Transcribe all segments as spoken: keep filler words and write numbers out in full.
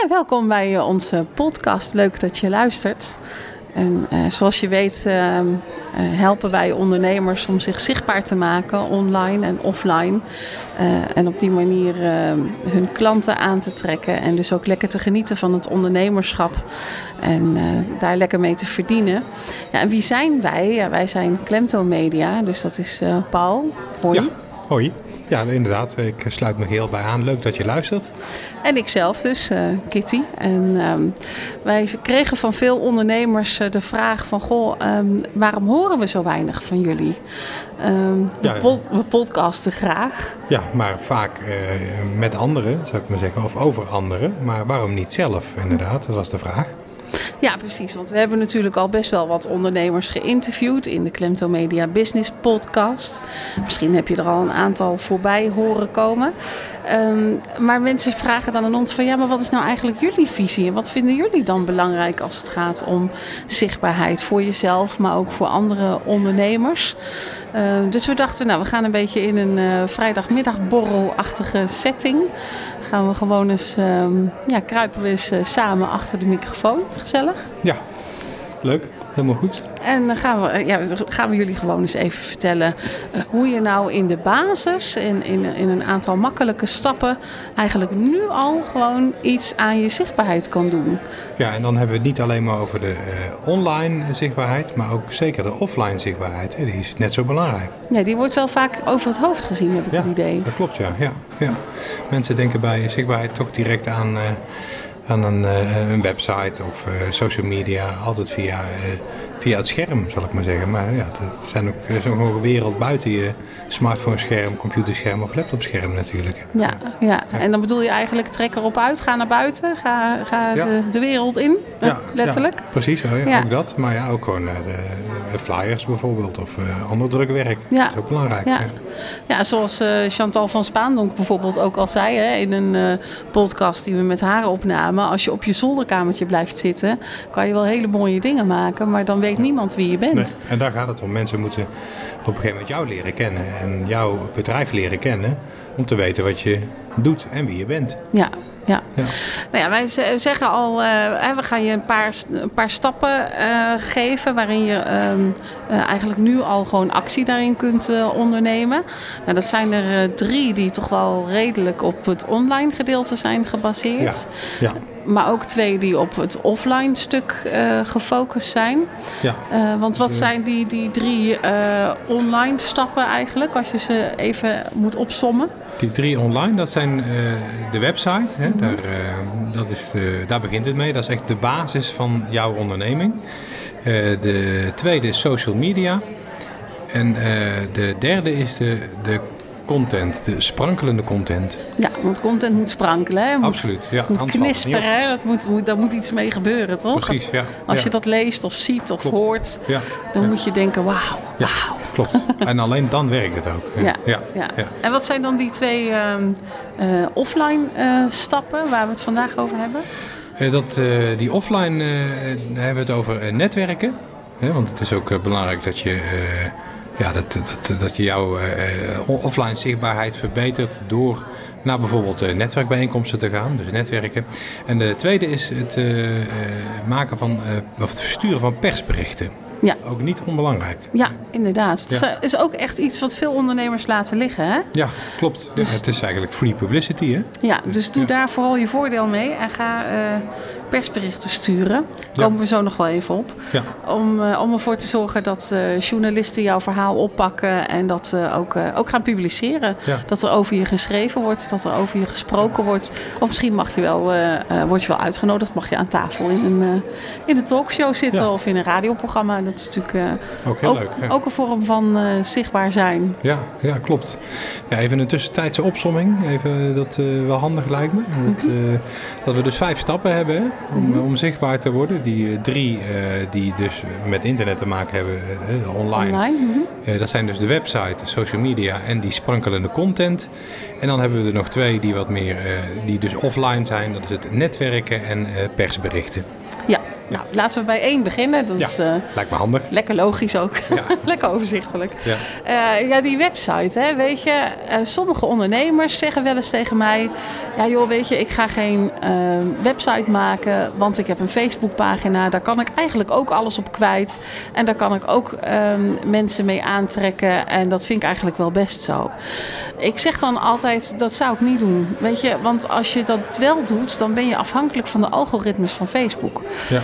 Ja, welkom bij uh, onze podcast. Leuk dat je luistert. En uh, zoals je weet uh, uh, helpen wij ondernemers om zich zichtbaar te maken, online en offline. Uh, en op die manier uh, hun klanten aan te trekken en dus ook lekker te genieten van het ondernemerschap. En uh, daar lekker mee te verdienen. Ja, en wie zijn wij? Ja, wij zijn Klemto Media, dus dat is uh, Paul. Hoi. Ja, hoi. Ja, inderdaad. Ik sluit me heel bij aan. Leuk dat je luistert. En ikzelf dus, uh, Kitty. En um, wij kregen van veel ondernemers uh, de vraag van... Goh, um, waarom horen we zo weinig van jullie? Um, ja, we, pod- we podcasten graag. Ja, maar vaak uh, met anderen, zou ik maar zeggen. Of over anderen. Maar waarom niet zelf, inderdaad? Dat was de vraag. Ja, precies. Want we hebben natuurlijk al best wel wat ondernemers geïnterviewd in de Klemto Media Business Podcast. Misschien heb je er al een aantal voorbij horen komen. Um, maar mensen vragen dan aan ons van ja, maar wat is nou eigenlijk jullie visie? En wat vinden jullie dan belangrijk als het gaat om zichtbaarheid voor jezelf, maar ook voor andere ondernemers? Uh, dus we dachten, nou, we gaan een beetje in een uh, vrijdagmiddagborrelachtige setting. Gaan we gewoon eens, um, ja, kruipen we eens uh, samen achter de microfoon. Gezellig? Ja, leuk. Helemaal goed. En dan gaan we, ja, gaan we jullie gewoon eens even vertellen uh, hoe je nou in de basis, in, in, in een aantal makkelijke stappen, eigenlijk nu al gewoon iets aan je zichtbaarheid kan doen. Ja, en dan hebben we het niet alleen maar over de uh, online zichtbaarheid, maar ook zeker de offline zichtbaarheid. Die is net zo belangrijk. Ja, die wordt wel vaak over het hoofd gezien, heb ik ja, het idee. Dat klopt, ja. ja, ja. Mensen denken bij zichtbaarheid toch direct aan... Uh, aan een, uh, een website of uh, social media, altijd via, uh, via het scherm, zal ik maar zeggen. Maar ja, dat zijn ook zo'n wereld buiten je smartphone-scherm, computerscherm of laptopscherm natuurlijk. Ja, ja. ja, en dan bedoel je eigenlijk trek erop uit, ga naar buiten, ga, ga ja. de, de wereld in, ja, letterlijk. Ja, precies, ja, ja. ook dat. Maar ja, ook gewoon uh, de flyers bijvoorbeeld of uh, ander drukwerk. Ja. Dat is ook belangrijk. Ja, ja. ja zoals uh, Chantal van Spaandonk bijvoorbeeld ook al zei hè, in een uh, podcast die we met haar opnamen. Als je op je zolderkamertje blijft zitten, kan je wel hele mooie dingen maken, maar dan weet ja. niemand wie je bent. Nee. En daar gaat het om. Mensen moeten op een gegeven moment jou leren kennen en jouw bedrijf leren kennen om te weten wat je doet en wie je bent. Ja. Ja. Ja. Nou ja, wij zeggen al, uh, we gaan je een paar, een paar stappen uh, geven waarin je um, uh, eigenlijk nu al gewoon actie daarin kunt uh, ondernemen. Nou, dat zijn er uh, drie die toch wel redelijk op het online gedeelte zijn gebaseerd. Ja. Ja. Maar ook twee die op het offline stuk uh, gefocust zijn. Ja. Uh, want wat zijn die, die drie uh, online stappen eigenlijk, als je ze even moet opsommen? Die drie online, dat zijn uh, de website. Hè? Mm-hmm. Daar, uh, dat is de, daar begint het mee. Dat is echt de basis van jouw onderneming. Uh, de tweede is social media. En uh, de derde is de, de content, de sprankelende content. Ja, want content moet sprankelen. Hè? Moet, Absoluut, ja. moet knisperen, hè? Dat moet, moet, daar moet iets mee gebeuren, toch? Precies, ja. Als ja. je dat leest of ziet of klopt. hoort, ja. dan ja. moet je denken, wauw, ja. wauw. Klopt. En alleen dan werkt het ook. Ja. Ja. Ja. Ja. Ja. En wat zijn dan die twee um, uh, offline uh, stappen waar we het vandaag over hebben? Uh, dat, uh, die offline uh, hebben we het over uh, netwerken. Hè? Want het is ook uh, belangrijk dat je... Uh, Ja, dat, dat, dat je jouw uh, offline zichtbaarheid verbetert door naar bijvoorbeeld uh, netwerkbijeenkomsten te gaan, dus netwerken. En de tweede is het uh, uh, maken van, uh, of het versturen van persberichten. Ja. Ook niet onbelangrijk. Ja, inderdaad. Ja. Het is ook echt iets wat veel ondernemers laten liggen, hè? Ja, klopt. Dus, ja, het is eigenlijk free publicity, hè? Ja, dus doe ja. daar vooral je voordeel mee en ga uh, persberichten sturen. Daar komen ja. we zo nog wel even op. Ja. Om, uh, om ervoor te zorgen dat uh, journalisten jouw verhaal oppakken en dat uh, ook, uh, ook gaan publiceren. Ja. Dat er over je geschreven wordt, dat er over je gesproken wordt. Of misschien mag je wel, uh, uh, word je wel uitgenodigd, mag je aan tafel in een, uh, in een talkshow zitten ja. of in een radioprogramma. Dat is natuurlijk uh, ook, heel ook, leuk, ja. ook een vorm van uh, zichtbaar zijn. Ja, ja klopt. Ja, even een tussentijdse opsomming. Even, dat uh, wel handig lijkt me. Dat, uh, dat we dus vijf stappen hebben hè, om, mm-hmm. om zichtbaar te worden. Die uh, drie uh, die dus met internet te maken hebben, uh, online. online mm-hmm. uh, dat zijn dus de website, de social media en die sprankelende content. En dan hebben we er nog twee die wat meer, uh, die dus offline zijn. Dat is het netwerken en uh, persberichten. Ja. Nou, laten we bij één beginnen. Dat ja, is uh, lijkt me handig. Lekker logisch ook. Ja. Lekker overzichtelijk. Ja. Uh, ja, die website, hè, weet je. Uh, sommige ondernemers zeggen wel eens tegen mij... Ja joh, weet je, ik ga geen uh, website maken... want ik heb een Facebookpagina. Daar kan ik eigenlijk ook alles op kwijt. En daar kan ik ook um, mensen mee aantrekken. En dat vind ik eigenlijk wel best zo. Ik zeg dan altijd, dat zou ik niet doen. Weet je, want als je dat wel doet... dan ben je afhankelijk van de algoritmes van Facebook. Ja.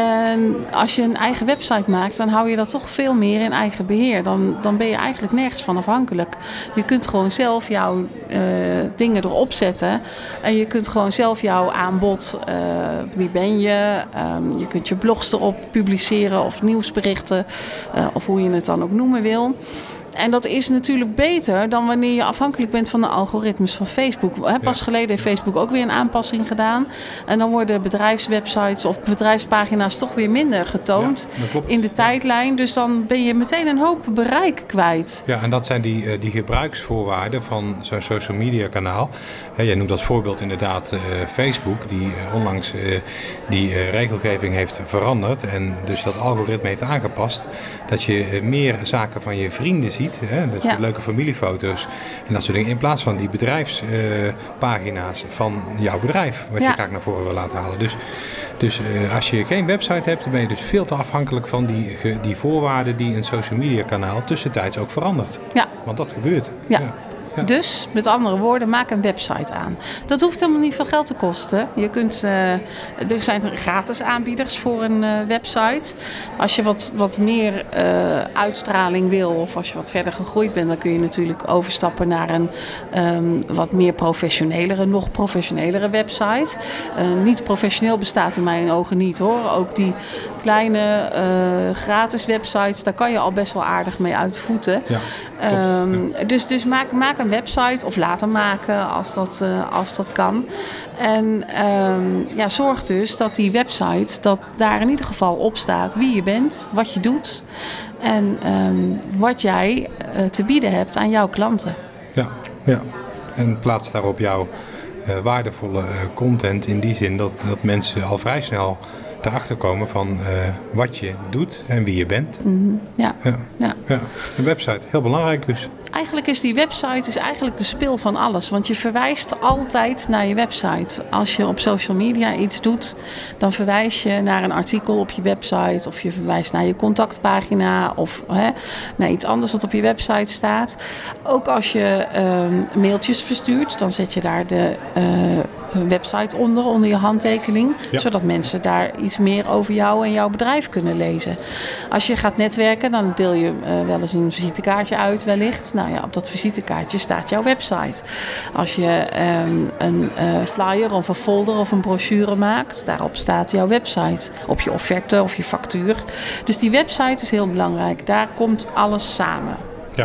En als je een eigen website maakt... dan hou je dat toch veel meer in eigen beheer. Dan, dan ben je eigenlijk nergens van afhankelijk. Je kunt gewoon zelf jouw uh, dingen erop zetten... en je kunt gewoon zelf jouw aanbod... Uh, wie ben je? Um, je kunt je blogs erop publiceren... of nieuwsberichten... Uh, of hoe je het dan ook noemen wil... En dat is natuurlijk beter dan wanneer je afhankelijk bent van de algoritmes van Facebook. Pas ja. geleden heeft Facebook ook weer een aanpassing gedaan. En dan worden bedrijfswebsites of bedrijfspagina's toch weer minder getoond ja, in de tijdlijn. Dus dan ben je meteen een hoop bereik kwijt. Ja, en dat zijn die, die gebruiksvoorwaarden van zo'n social media kanaal. He, jij noemt als voorbeeld inderdaad uh, Facebook, die uh, onlangs uh, die uh, regelgeving heeft veranderd. En dus dat algoritme heeft aangepast. Dat je uh, meer zaken van je vrienden ziet. Hè? Dat ja. leuke familiefoto's en dat soort dingen. In plaats van die bedrijfspagina's uh, van jouw bedrijf. Wat ja. je graag naar voren wil laten halen. Dus, dus uh, als je geen website hebt, dan ben je dus veel te afhankelijk van die, die voorwaarden die een social media kanaal tussentijds ook verandert. Ja. Want dat gebeurt. Ja. ja. Ja. Dus, met andere woorden, maak een website aan. Dat hoeft helemaal niet veel geld te kosten. Je kunt, uh, er zijn gratis aanbieders voor een uh, website. Als je wat, wat meer uh, uitstraling wil of als je wat verder gegroeid bent... dan kun je natuurlijk overstappen naar een um, wat meer professionelere, nog professionelere website. Uh, niet professioneel bestaat in mijn ogen niet hoor. Ook die kleine uh, gratis websites, daar kan je al best wel aardig mee uit de voeten. Ja, um, ja. Dus, dus maak, maak een website of laat hem maken als dat, uh, als dat kan. En um, ja, zorg dus dat die website, dat daar in ieder geval op staat wie je bent, wat je doet en um, wat jij uh, te bieden hebt aan jouw klanten. Ja, ja. En plaats daarop jouw uh, waardevolle uh, content in die zin dat, dat mensen al vrij snel erachter komen van uh, wat je doet en wie je bent. Mm-hmm. Ja. Ja. Ja. Ja. Een website, heel belangrijk dus. Eigenlijk is die website is eigenlijk de spil van alles. Want je verwijst altijd naar je website. Als je op social media iets doet, dan verwijs je naar een artikel op je website. Of je verwijst naar je contactpagina. Of hè, naar iets anders wat op je website staat. Ook als je uh, mailtjes verstuurt, dan zet je daar de uh, website onder, onder je handtekening. Ja. Zodat mensen daar iets meer over jou en jouw bedrijf kunnen lezen. Als je gaat netwerken, dan deel je uh, wel eens een visitekaartje uit wellicht. Nou ja, op dat visitekaartje staat jouw website. Als je um, een uh, flyer of een folder of een brochure maakt, daarop staat jouw website. Op je offerte of je factuur. Dus die website is heel belangrijk. Daar komt alles samen. Ja,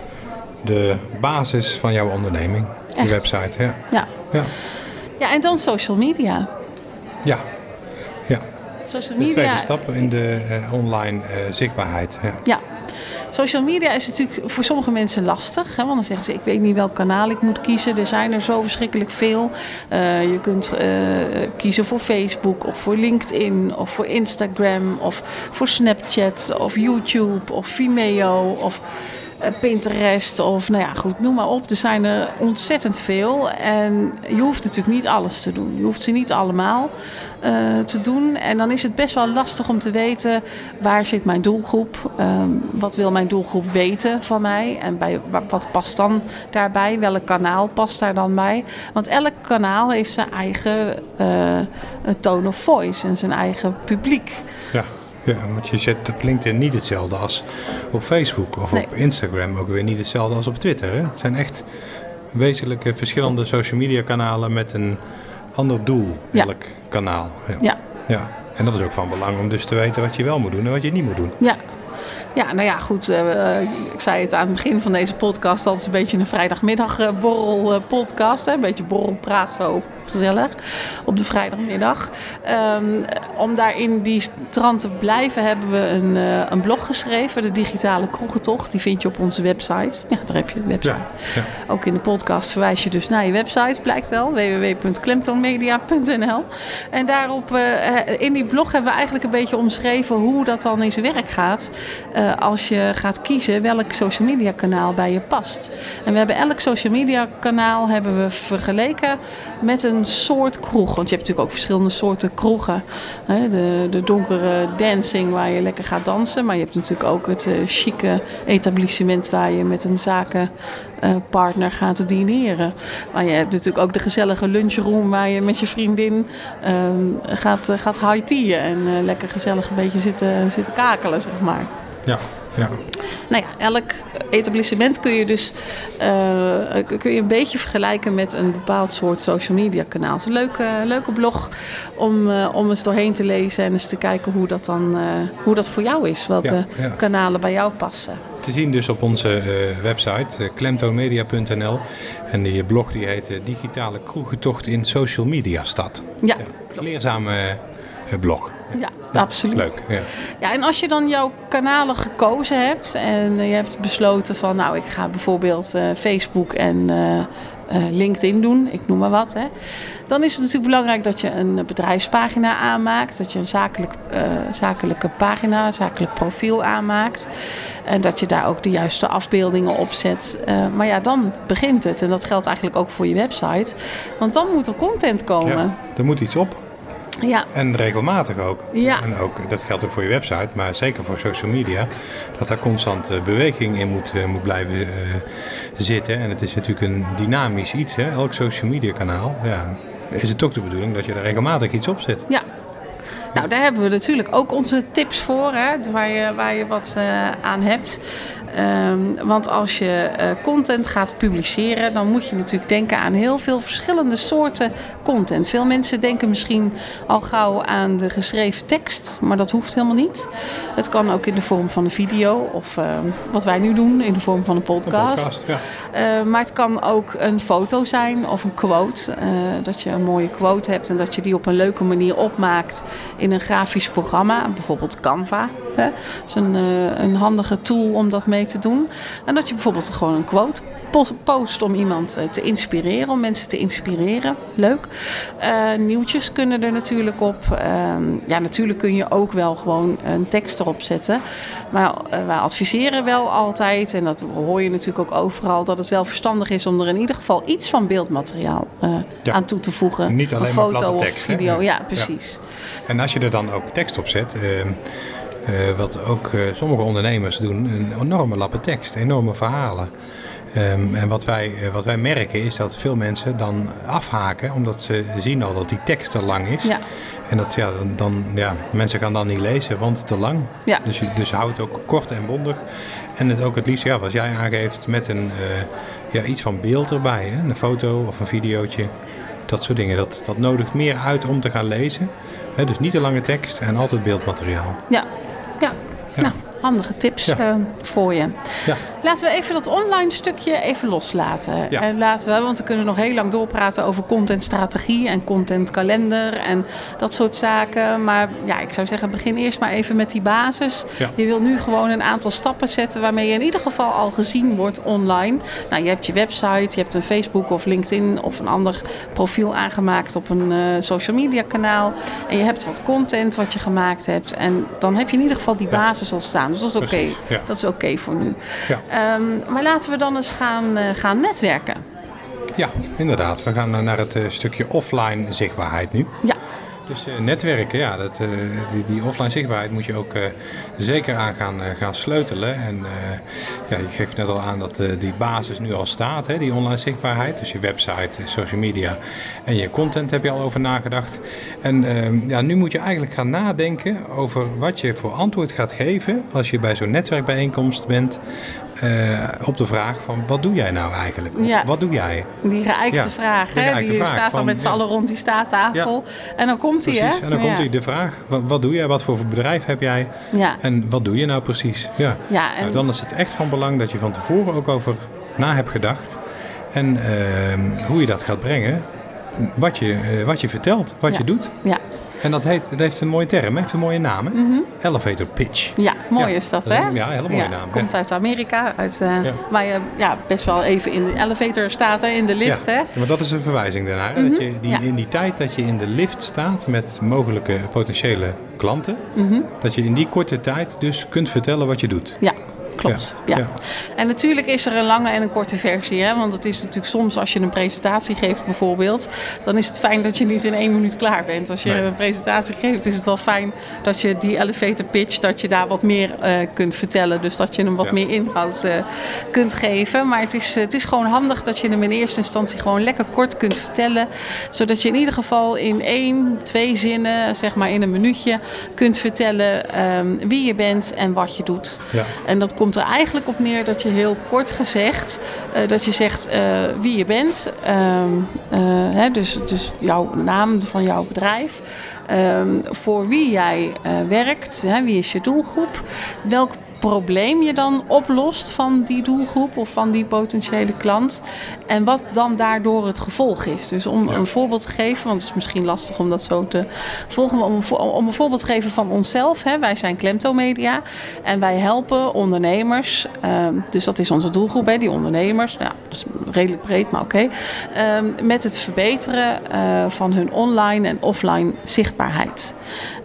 de basis van jouw onderneming. Echt? Die website, ja. Ja. ja. Ja, en dan social media. Ja, ja. Social media. De tweede stap in de uh, online uh, zichtbaarheid. Ja. ja. Social media is natuurlijk voor sommige mensen lastig. Hè? Want dan zeggen ze, ik weet niet welk kanaal ik moet kiezen. Er zijn er zo verschrikkelijk veel. Uh, je kunt uh, kiezen voor Facebook of voor LinkedIn of voor Instagram of voor Snapchat of YouTube of Vimeo of Pinterest of nou ja, goed, noem maar op. Er zijn er ontzettend veel en je hoeft natuurlijk niet alles te doen. Je hoeft ze niet allemaal uh, te doen en dan is het best wel lastig om te weten waar zit mijn doelgroep, um, wat wil mijn doelgroep weten van mij en bij, wat past dan daarbij, welk kanaal past daar dan bij. Want elk kanaal heeft zijn eigen uh, tone of voice en zijn eigen publiek. Ja. Ja, want je zet op LinkedIn niet hetzelfde als op Facebook of nee. op Instagram ook weer niet hetzelfde als op Twitter. Hè? Het zijn echt wezenlijke verschillende social media kanalen met een ander doel, elk ja. kanaal. Ja. Ja. ja. En dat is ook van belang om dus te weten wat je wel moet doen en wat je niet moet doen. Ja. Ja, nou ja, goed. Uh, ik zei het aan het begin van deze podcast. Dat is een beetje een vrijdagmiddagborrel uh, podcast. Hè? Een beetje borrelpraat zo gezellig op de vrijdagmiddag. Um, om daar in die trant te blijven hebben we een, uh, een blog geschreven, de Digitale Kroegentocht. Die vind je op onze website. Ja, daar heb je een website. Ja, ja. Ook in de podcast verwijs je dus naar je website, blijkt wel. w w w punt klemtoonmedia punt n l. En daarop, uh, in die blog hebben we eigenlijk een beetje omschreven hoe dat dan in zijn werk gaat. Uh, als je gaat kiezen welk social media kanaal bij je past. En we hebben elk social media kanaal hebben we vergeleken met een soort kroeg. Want je hebt natuurlijk ook verschillende soorten kroegen. Hè? De, de donkere dancing waar je lekker gaat dansen. Maar je hebt natuurlijk ook het uh, chique etablissement waar je met een zakenpartner uh, gaat dineren. Maar je hebt natuurlijk ook de gezellige lunchroom waar je met je vriendin uh, gaat, uh, gaat high-teaen. En uh, lekker gezellig een beetje zitten, zitten kakelen, zeg maar. Ja, ja. Nou ja, elk etablissement kun je dus uh, kun je een beetje vergelijken met een bepaald soort social media kanaal. Het is een leuke, leuke blog om, uh, om eens doorheen te lezen en eens te kijken hoe dat dan uh, hoe dat voor jou is. Welke ja, ja. kanalen bij jou passen. Te zien dus op onze uh, website uh, klemtoonmedia punt n l. En die blog die heet uh, Digitale Kroegentocht in Social Media Stad. Ja, ja leerzame uh, blog. Ja, ja, absoluut. Leuk, ja. Ja, en als je dan jouw kanalen gekozen hebt en je hebt besloten van, nou, ik ga bijvoorbeeld uh, Facebook en uh, uh, LinkedIn doen, ik noem maar wat, hè. Dan is het natuurlijk belangrijk dat je een bedrijfspagina aanmaakt, dat je een zakelijk, uh, zakelijke pagina, een zakelijk profiel aanmaakt en dat je daar ook de juiste afbeeldingen op zet. Uh, maar ja, dan begint het en dat geldt eigenlijk ook voor je website, want dan moet er content komen. Ja, er moet iets op. Ja. En regelmatig ook. Ja. En ook, dat geldt ook voor je website, maar zeker voor social media. Dat daar constant uh, beweging in moet, uh, moet blijven uh, zitten. En het is natuurlijk een dynamisch iets, hè? Elk social media kanaal. Ja, is het toch de bedoeling dat je er regelmatig iets op zet. Ja. Nou, daar hebben we natuurlijk ook onze tips voor, hè, waar je, waar je wat uh, aan hebt. Um, want als je uh, content gaat publiceren, dan moet je natuurlijk denken aan heel veel verschillende soorten content. Veel mensen denken misschien al gauw aan de geschreven tekst, maar dat hoeft helemaal niet. Het kan ook in de vorm van een video of uh, wat wij nu doen in de vorm van een podcast. Een podcast ja. uh, maar het kan ook een foto zijn of een quote. Uh, dat je een mooie quote hebt en dat je die op een leuke manier opmaakt in een grafisch programma, bijvoorbeeld Canva. Hè? Dat is een, uh, een handige tool om dat mee te doen. En dat je bijvoorbeeld gewoon een quote post om iemand te inspireren, om mensen te inspireren. Leuk. Uh, nieuwtjes kunnen er natuurlijk op. Uh, ja, natuurlijk kun je ook wel gewoon een tekst erop zetten. Maar uh, wij adviseren wel altijd, en dat hoor je natuurlijk ook overal, dat het wel verstandig is om er in ieder geval iets van beeldmateriaal uh, ja. aan toe te voegen. Niet alleen een foto maar platte tekst, of video. Hè? Ja, precies. Ja. En als je er dan ook tekst op zet, uh, uh, wat ook uh, sommige ondernemers doen, een enorme lappen tekst, enorme verhalen. Um, en wat wij, uh, wat wij merken is dat veel mensen dan afhaken, omdat ze zien al dat die tekst te lang is. Ja. En dat ja, dan, dan, ja, mensen gaan dan niet lezen, want te lang. Ja. Dus, dus hou het ook kort en bondig. En het ook het liefst, ja, als jij aangeeft met een, uh, ja, iets van beeld erbij, hè? Een foto of een videootje. Dat soort dingen. Dat, dat nodigt meer uit om te gaan lezen. Hè? Dus niet te lange tekst en altijd beeldmateriaal. Ja, ja. ja. Nou, handige tips ja. uh, voor je. Ja. Laten we even dat online stukje even loslaten. Ja. En laten we, want we kunnen nog heel lang doorpraten over contentstrategie en contentkalender en dat soort zaken. Maar ja, ik zou zeggen, begin eerst maar even met die basis. Ja. Je wil nu gewoon een aantal stappen zetten waarmee je in ieder geval al gezien wordt online. Nou, je hebt je website, je hebt een Facebook of LinkedIn of een ander profiel aangemaakt op een uh, social media kanaal. En je hebt wat content wat je gemaakt hebt. En dan heb je in ieder geval die basis ja. al staan. Dus dat is oké. Okay. Ja. Dat is oké okay voor nu. Ja. Um, maar laten we dan eens gaan, uh, gaan netwerken. Ja, inderdaad. We gaan naar het uh, stukje offline zichtbaarheid nu. Ja. Dus uh, netwerken, ja, dat, uh, die, die offline zichtbaarheid moet je ook uh, zeker aan gaan, uh, gaan sleutelen. En uh, ja, je geeft net al aan dat uh, die basis nu al staat, hè, die online zichtbaarheid. Dus je website, social media en je content heb je al over nagedacht. En uh, ja, nu moet je eigenlijk gaan nadenken over wat je voor antwoord gaat geven als je bij zo'n netwerkbijeenkomst bent. Uh, op de vraag van wat doe jij nou eigenlijk? Of, ja. Wat doe jij? Die geëikte ja. vraag, hè? Die, geëikte die vraag staat dan met z'n ja. allen rond die staattafel. Ja. En dan komt hij, hè? En dan ja. komt hij de vraag, wat, wat doe jij? Wat voor bedrijf heb jij? Ja. En wat doe je nou precies? Ja. Ja, en... nou, dan is het echt van belang dat je van tevoren ook over na hebt gedacht. En uh, hoe je dat gaat brengen. wat je, uh, wat je vertelt, wat ja. je doet. Ja. En dat, heet, dat heeft een mooie term, heeft een mooie naam. Hè? Mm-hmm. Elevator pitch. Ja, mooi ja, is dat, dat hè? Is een, ja, hele mooie ja, naam. Komt ja. uit Amerika, uit, uh, ja. waar je ja, best wel even in de elevator staat, hè, in de lift. Ja, hè? ja, maar dat is een verwijzing daarnaar. Mm-hmm. Dat je die, ja. In die tijd dat je in de lift staat met mogelijke potentiële klanten, mm-hmm. dat je in die korte tijd dus kunt vertellen wat je doet. Ja. Klopt, ja. ja. ja. En natuurlijk is er een lange en een korte versie. Hè? Want het is natuurlijk soms als je een presentatie geeft bijvoorbeeld, dan is het fijn dat je niet in één minuut klaar bent. Als je nee. een presentatie geeft, is het wel fijn dat je die elevator pitch, dat je daar wat meer uh, kunt vertellen. Dus dat je hem wat ja. meer inhoud uh, kunt geven. Maar het is, uh, het is gewoon handig dat je hem in eerste instantie gewoon lekker kort kunt vertellen. Zodat je in ieder geval in één, twee zinnen, zeg maar in een minuutje, kunt vertellen um, wie je bent en wat je doet. Ja. En dat komt komt er eigenlijk op neer dat je heel kort gezegd, uh, dat je zegt uh, wie je bent. Um, uh, hè, dus, dus jouw naam van jouw bedrijf. Um, voor wie jij uh, werkt. Hè, wie is je doelgroep? Welk probleem je dan oplost van die doelgroep of van die potentiële klant. En wat dan daardoor het gevolg is. Dus om ja. een voorbeeld te geven, want het is misschien lastig om dat zo te volgen. Om een, om een voorbeeld te geven van onszelf. Hè. Wij zijn Klemto Media en wij helpen ondernemers. Um, dus dat is onze doelgroep, hè, die ondernemers. Nou, dat is redelijk breed, maar oké. Okay. Um, met het verbeteren uh, van hun online en offline zichtbaarheid.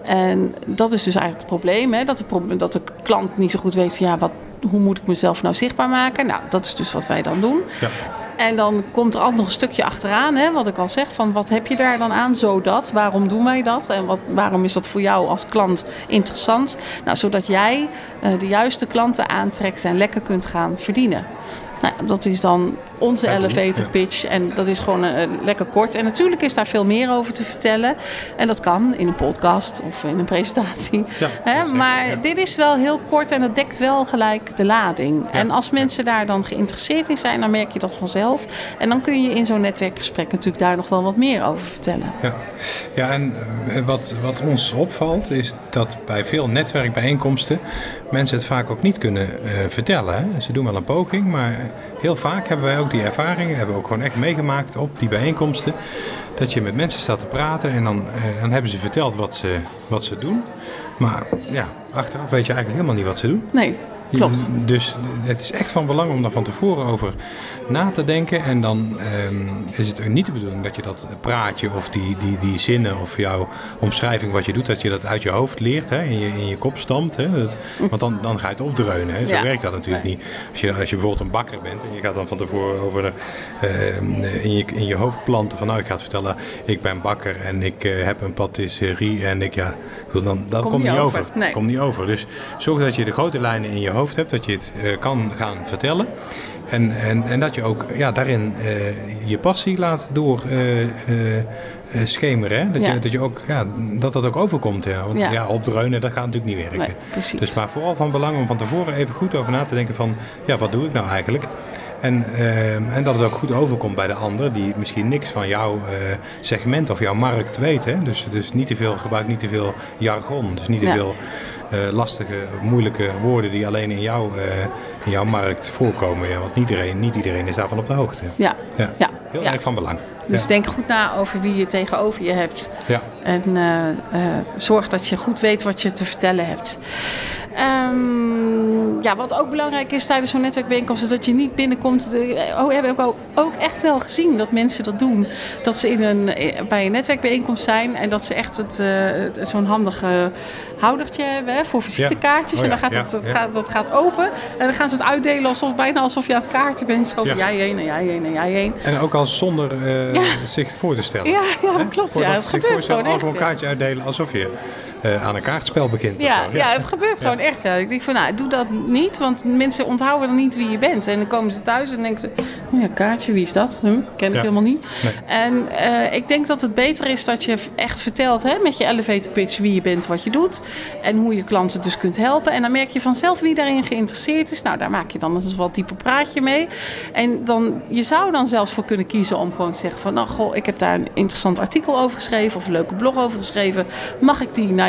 En dat is dus eigenlijk het probleem, hè, dat, de pro- dat de klant niet zo goed weet van ja, wat, hoe moet ik mezelf nou zichtbaar maken? Nou, dat is dus wat wij dan doen. Ja. En dan komt er altijd nog een stukje achteraan, hè, wat ik al zeg, van wat heb je daar dan aan, zodat, waarom doen wij dat? En wat, waarom is dat voor jou als klant interessant? Nou, zodat jij uh, de juiste klanten aantrekt en lekker kunt gaan verdienen. Nou, dat is dan onze elevator pitch en dat is gewoon uh, lekker kort. En natuurlijk is daar veel meer over te vertellen. En dat kan in een podcast of in een presentatie. Ja, Hè? Maar ja. dit is wel heel kort en dat dekt wel gelijk de lading. Ja. En als mensen daar dan geïnteresseerd in zijn, dan merk je dat vanzelf. En dan kun je in zo'n netwerkgesprek natuurlijk daar nog wel wat meer over vertellen. Ja, ja en wat, wat ons opvalt is dat bij veel netwerkbijeenkomsten mensen het vaak ook niet kunnen uh, vertellen. Hè? Ze doen wel een poging, maar heel vaak hebben wij ook die ervaring, hebben we ook gewoon echt meegemaakt op die bijeenkomsten, dat je met mensen staat te praten en dan, uh, dan hebben ze verteld wat ze, wat ze doen. Maar ja, achteraf weet je eigenlijk helemaal niet wat ze doen. Nee. Klopt. Dus het is echt van belang om daar van tevoren over na te denken. En dan um, is het niet de bedoeling dat je dat praatje of die, die, die zinnen of jouw omschrijving wat je doet, dat je dat uit je hoofd leert, hè, in, je, in je kop stampt. Hè, dat, want dan, dan ga je het opdreunen. Hè. Zo ja. werkt dat natuurlijk nee. niet. Als je, als je bijvoorbeeld een bakker bent en je gaat dan van tevoren over de, uh, in, je, in je hoofd planten van nou, ik ga het vertellen, ik ben bakker en ik uh, heb een patisserie en ik, ja, dan, dat komt niet over. over. Nee. Komt niet over. Dus zorg dat je de grote lijnen in je hoofd hebt, dat je het uh, kan gaan vertellen. En, en, en dat je ook ja, daarin uh, je passie laat door uh, uh, uh, schemeren. Hè? Dat, ja. je, dat, je ook, ja, dat dat ook overkomt. Ja. Want ja. Ja, opdreunen, dat gaat natuurlijk niet werken. Nee, dus maar vooral van belang om van tevoren even goed over na te denken van ja, wat doe ik nou eigenlijk? En, uh, en dat het ook goed overkomt bij de ander die misschien niks van jouw uh, segment of jouw markt weet. Hè? Dus, dus niet te veel, gebruik niet te veel jargon. Dus niet te ja. veel uh, lastige, moeilijke woorden die alleen in, jou, uh, in jouw markt voorkomen. Ja? Want niet iedereen, niet iedereen is daarvan op de hoogte. Ja, ja. ja. Heel ja. erg van belang. Dus ja. denk goed na over wie je tegenover je hebt. Ja. En uh, uh, zorg dat je goed weet wat je te vertellen hebt. Um, ja, wat ook belangrijk is tijdens zo'n netwerkbijeenkomst is dat je niet binnenkomt. Oh, we hebben ook, ook echt wel gezien dat mensen dat doen. Dat ze in een, bij een netwerkbijeenkomst zijn en dat ze echt het, uh, zo'n handige houdertje hebben hè, voor visitekaartjes. Ja. Oh ja, en dan gaat het, ja, het, ja. gaat, dat gaat open en dan gaan ze het uitdelen alsof, bijna alsof je aan het kaarten bent. Zo van ja. jij heen en jij heen en jij heen. En ook al zonder uh, ja. zich voor te stellen. Ja, ja dat klopt. Ja, het gebeurt gewoon echt. Al gewoon een kaartje uitdelen alsof je uh, aan een kaartspel begint. Ja, of zo. ja. ja, het gebeurt ja. gewoon echt. Ja. Ik denk van, nou, doe dat niet, want mensen onthouden dan niet wie je bent. En dan komen ze thuis en dan denken ze, oh ja, kaartje, wie is dat? Hm, ken ik ja. helemaal niet. Nee. En uh, ik denk dat het beter is dat je echt vertelt hè, met je elevator pitch wie je bent, wat je doet. En hoe je klanten dus kunt helpen. En dan merk je vanzelf wie daarin geïnteresseerd is. Nou, daar maak je dan een wat dieper praatje mee. En dan, je zou dan zelfs voor kunnen kiezen om gewoon te zeggen van, nou, goh, ik heb daar een interessant artikel over geschreven of een leuke blog over geschreven. Mag ik die naar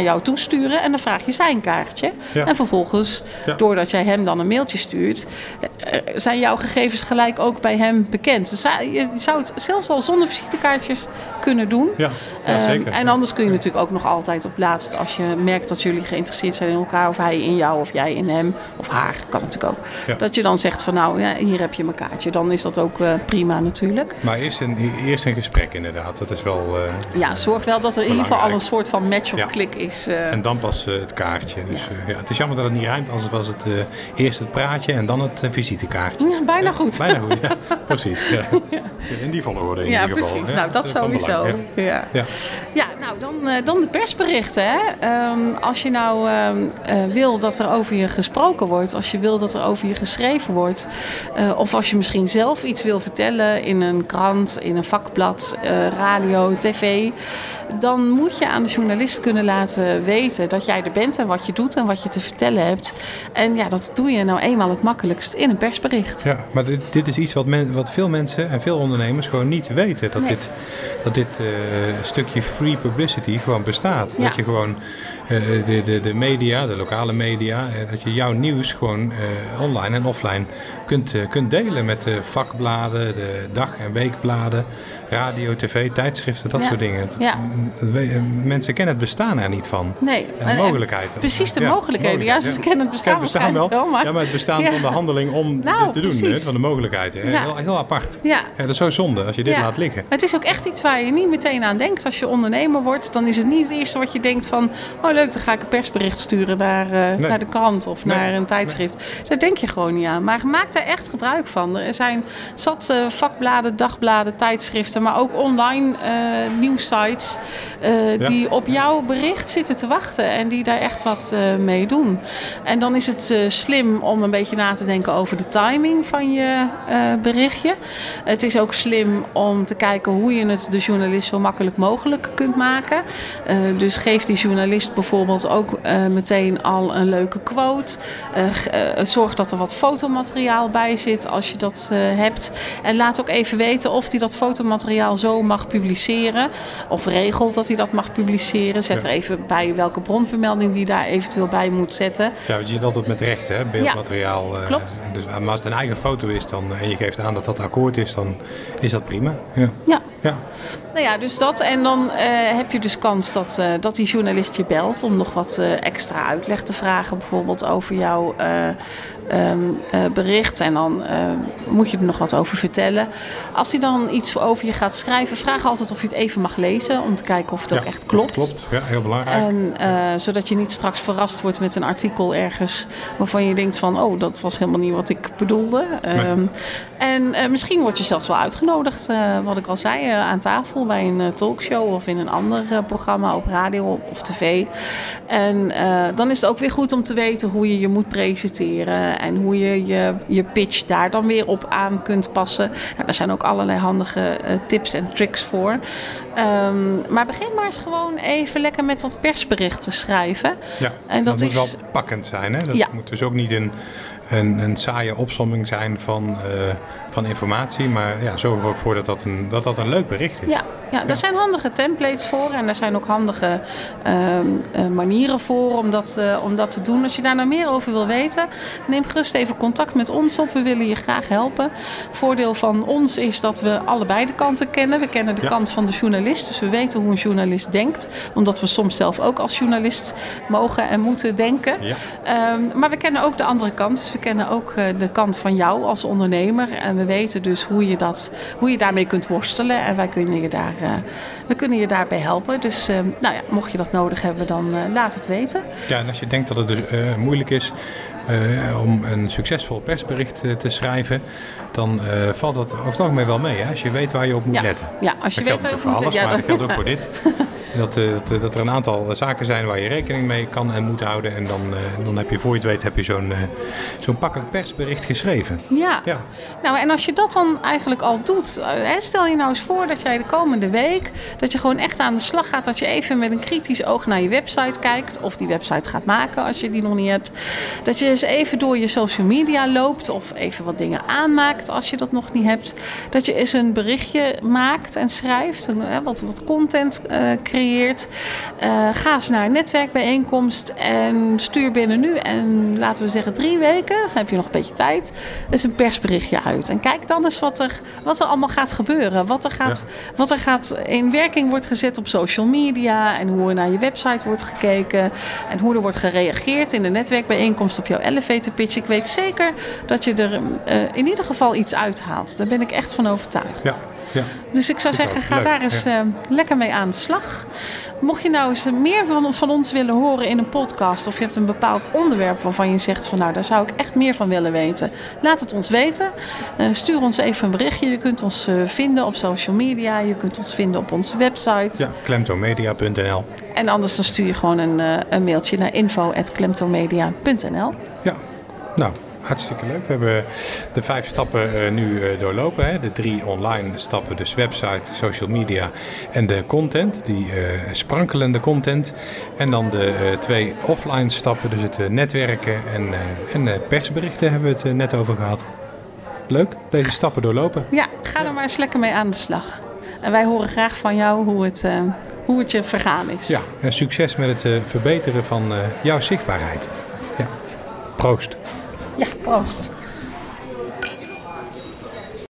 naar jou toesturen en dan vraag je zijn kaartje. Ja. En vervolgens, ja. doordat jij hem dan een mailtje stuurt, zijn jouw gegevens gelijk ook bij hem bekend. Dus je zou het zelfs al zonder visitekaartjes kunnen doen. Ja, ja, zeker. Um, en anders kun je natuurlijk ook nog altijd op laatst, als je merkt dat jullie geïnteresseerd zijn in elkaar, of hij in jou of jij in hem, of haar, kan natuurlijk ook. Ja. Dat je dan zegt van nou, ja, hier heb je mijn kaartje. Dan is dat ook uh, prima natuurlijk. Maar eerst een, eerst een gesprek inderdaad. Dat is wel uh, ja, zorg wel dat er in ieder geval al een soort van match of ja. klik is. Uh, en dan pas uh, het kaartje. Dus uh, ja, het is jammer dat het niet rijmt. Anders was het uh, eerst het praatje en dan het uh, visitekaartje. Ja, bijna ja, goed. Bijna goed, ja. Precies. Ja. Ja. In die volgorde in ja, ieder geval. Precies. Ja, nou, dat, dat sowieso. Belang, ja. Ja. Ja. ja, nou dan, uh, dan de persberichten. Hè. Um, als je nou um, uh, wil dat er over je gesproken wordt, als je wil dat er over je geschreven wordt, uh, of als je misschien zelf iets wil vertellen in een krant, in een vakblad, uh, radio, tv, dan moet je aan de journalist kunnen laten weten dat jij er bent en wat je doet en wat je te vertellen hebt. En ja, dat doe je nou eenmaal het makkelijkst in een persbericht. Ja, maar dit, dit is iets wat, men, wat veel mensen en veel ondernemers gewoon niet weten. Dat nee. dit, dat dit uh, stukje free publicity gewoon bestaat. Ja. Dat je gewoon uh, de, de, de media, de lokale media, uh, dat je jouw nieuws gewoon uh, online en offline kunt, uh, kunt delen met de vakbladen, de dag- en weekbladen, radio, tv, tijdschriften, dat ja. soort dingen. Dat, ja. dat, dat, mensen kennen het bestaan er niet van. Nee. En de mogelijkheid. Precies, de ja, mogelijkheden. Ja, ze ja. kennen het bestaan, het bestaan wel. wel maar... Ja, maar het bestaan ja. van de handeling om nou, dit te precies. doen, hè, van de mogelijkheden. Ja. Heel, heel apart. Ja. Ja, dat is zo zonde als je dit ja. laat liggen. Het is ook echt iets waar je niet meteen aan denkt. Als je ondernemer wordt, dan is het niet het eerste wat je denkt van, oh leuk, dan ga ik een persbericht sturen naar, uh, nee. naar de krant of nee. naar een tijdschrift. Nee. Daar denk je gewoon niet aan. Maar maak daar echt gebruik van. Er zijn zat uh, vakbladen, dagbladen, tijdschriften, maar ook online uh, nieuwsites uh, ja. die op jouw bericht zitten te wachten en die daar echt wat uh, mee doen. En dan is het uh, slim om een beetje na te denken over de timing van je uh, berichtje. Het is ook slim om te kijken hoe je het de journalist zo makkelijk mogelijk kunt maken. Uh, dus geef die journalist bijvoorbeeld ook uh, meteen al een leuke quote. Uh, uh, zorg dat er wat fotomateriaal bij zit als je dat uh, hebt. En laat ook even weten of hij dat fotomateriaal zo mag publiceren. Of regelt dat hij dat mag publiceren. Zet ja. er even bij welke bronvermelding die daar eventueel bij moet zetten. Ja, want je zit altijd met recht, hè? Beeldmateriaal. Ja, klopt. Uh, dus, maar als het een eigen foto is dan, en je geeft aan dat dat akkoord is, dan is dat prima. Ja. ja. ja. Nou ja, dus dat. En dan uh, heb je dus kans dat, uh, dat die journalist je belt om nog wat uh, extra uitleg te vragen. Bijvoorbeeld over jouw uh, um, uh, bericht. En dan uh, moet je er nog wat over vertellen. Als hij dan iets over je gaat schrijven, vraag altijd of je het even mag lezen. Om te kijken of het ja, ook echt klopt. Klopt, ja, heel belangrijk. En uh, zodat je niet straks verrast wordt met een artikel ergens waarvan je denkt van, oh, dat was helemaal niet wat ik bedoelde. Nee. Um, en uh, misschien word je zelfs wel uitgenodigd, uh, wat ik al zei, uh, aan tafel bij een uh, talkshow of in een ander uh, programma op radio of tv. En uh, dan is het ook weer goed om te weten hoe je je moet presenteren en hoe je je, je pitch daar dan weer op aan kunt passen. Nou, daar zijn ook allerlei handige uh, tips en tricks voor. Um, maar begin maar eens gewoon even lekker met dat persbericht te schrijven. Ja, en dat, dat is... moet wel pakkend zijn. Hè? Dat ja. moet dus ook niet een, een, een saaie opsomming zijn van, uh, van informatie. Maar ja, zorg er ook voor dat dat een, dat dat een leuk bericht is. Ja, ja, daar ja. zijn handige templates voor. En er zijn ook handige uh, uh, manieren voor om dat, uh, om dat te doen. Als je daar nou meer over wil weten, neem gerust even contact met ons op. We willen je graag helpen. Voordeel van ons is dat we allebei de kanten kennen. We kennen de ja. kant van de journalist. Dus we weten hoe een journalist denkt. Omdat we soms zelf ook als journalist mogen en moeten denken. Ja. Um, maar we kennen ook de andere kant. Dus we kennen ook uh, de kant van jou als ondernemer. En we weten dus hoe je, dat, hoe je daarmee kunt worstelen. En wij kunnen je, daar, uh, we kunnen je daarbij helpen. Dus uh, nou ja, mocht je dat nodig hebben, dan uh, laat het weten. Ja, en als je denkt dat het dus uh, moeilijk is uh, om een succesvol persbericht uh, te schrijven, dan uh, valt dat over het algemeen wel mee. Hè? Als je weet waar je op moet ja. letten. Ja, als je dat weet geldt natuurlijk voor alles, ja, maar dat geldt ook voor dit. Dat, uh, dat, dat er een aantal zaken zijn waar je rekening mee kan en moet houden. En dan, uh, dan heb je, voor je het weet, heb je zo'n, uh, zo'n pakkend persbericht geschreven. Ja. ja. Nou, en als je dat dan eigenlijk al doet. Uh, stel je nou eens voor dat jij de komende week, dat je gewoon echt aan de slag gaat. Dat je even met een kritisch oog naar je website kijkt. Of die website gaat maken als je die nog niet hebt. Dat je eens even door je social media loopt. Of even wat dingen aanmaakt als je dat nog niet hebt. Dat je eens een berichtje maakt en schrijft. Een, uh, wat, wat content uh, creëert. gecreëerd. Uh, ga eens naar een netwerkbijeenkomst en stuur binnen nu en laten we zeggen drie weken, dan heb je nog een beetje tijd, dus een persberichtje uit. En kijk dan eens wat er, wat er allemaal gaat gebeuren. Wat er gaat, ja. wat er gaat in werking wordt gezet op social media en hoe er naar je website wordt gekeken en hoe er wordt gereageerd in de netwerkbijeenkomst op jouw elevator pitch. Ik weet zeker dat je er uh, in ieder geval iets uithaalt. Daar ben ik echt van overtuigd. Ja. Ja. Dus ik zou zeggen, ga Leuk. daar eens ja. uh, lekker mee aan de slag. Mocht je nou eens meer van, van ons willen horen in een podcast, of je hebt een bepaald onderwerp waarvan je zegt van nou, daar zou ik echt meer van willen weten, laat het ons weten. Uh, stuur ons even een berichtje. Je kunt ons uh, vinden op social media. Je kunt ons vinden op onze website. Ja, klemtomedia punt n l. En anders dan stuur je gewoon een, uh, een mailtje naar info at klemtomedia punt n l. Ja, nou. Hartstikke leuk. We hebben de vijf stappen uh, nu uh, doorlopen. Hè? De drie online stappen, dus website, social media en de content. Die uh, sprankelende content. En dan de uh, twee offline stappen, dus het uh, netwerken en, uh, en uh, persberichten hebben we het uh, net over gehad. Leuk, deze stappen doorlopen. Ja, ga er maar eens lekker mee aan de slag. En wij horen graag van jou hoe het, uh, hoe het je vergaan is. Ja, en succes met het uh, verbeteren van uh, jouw zichtbaarheid. Ja. Proost. Ja, proost.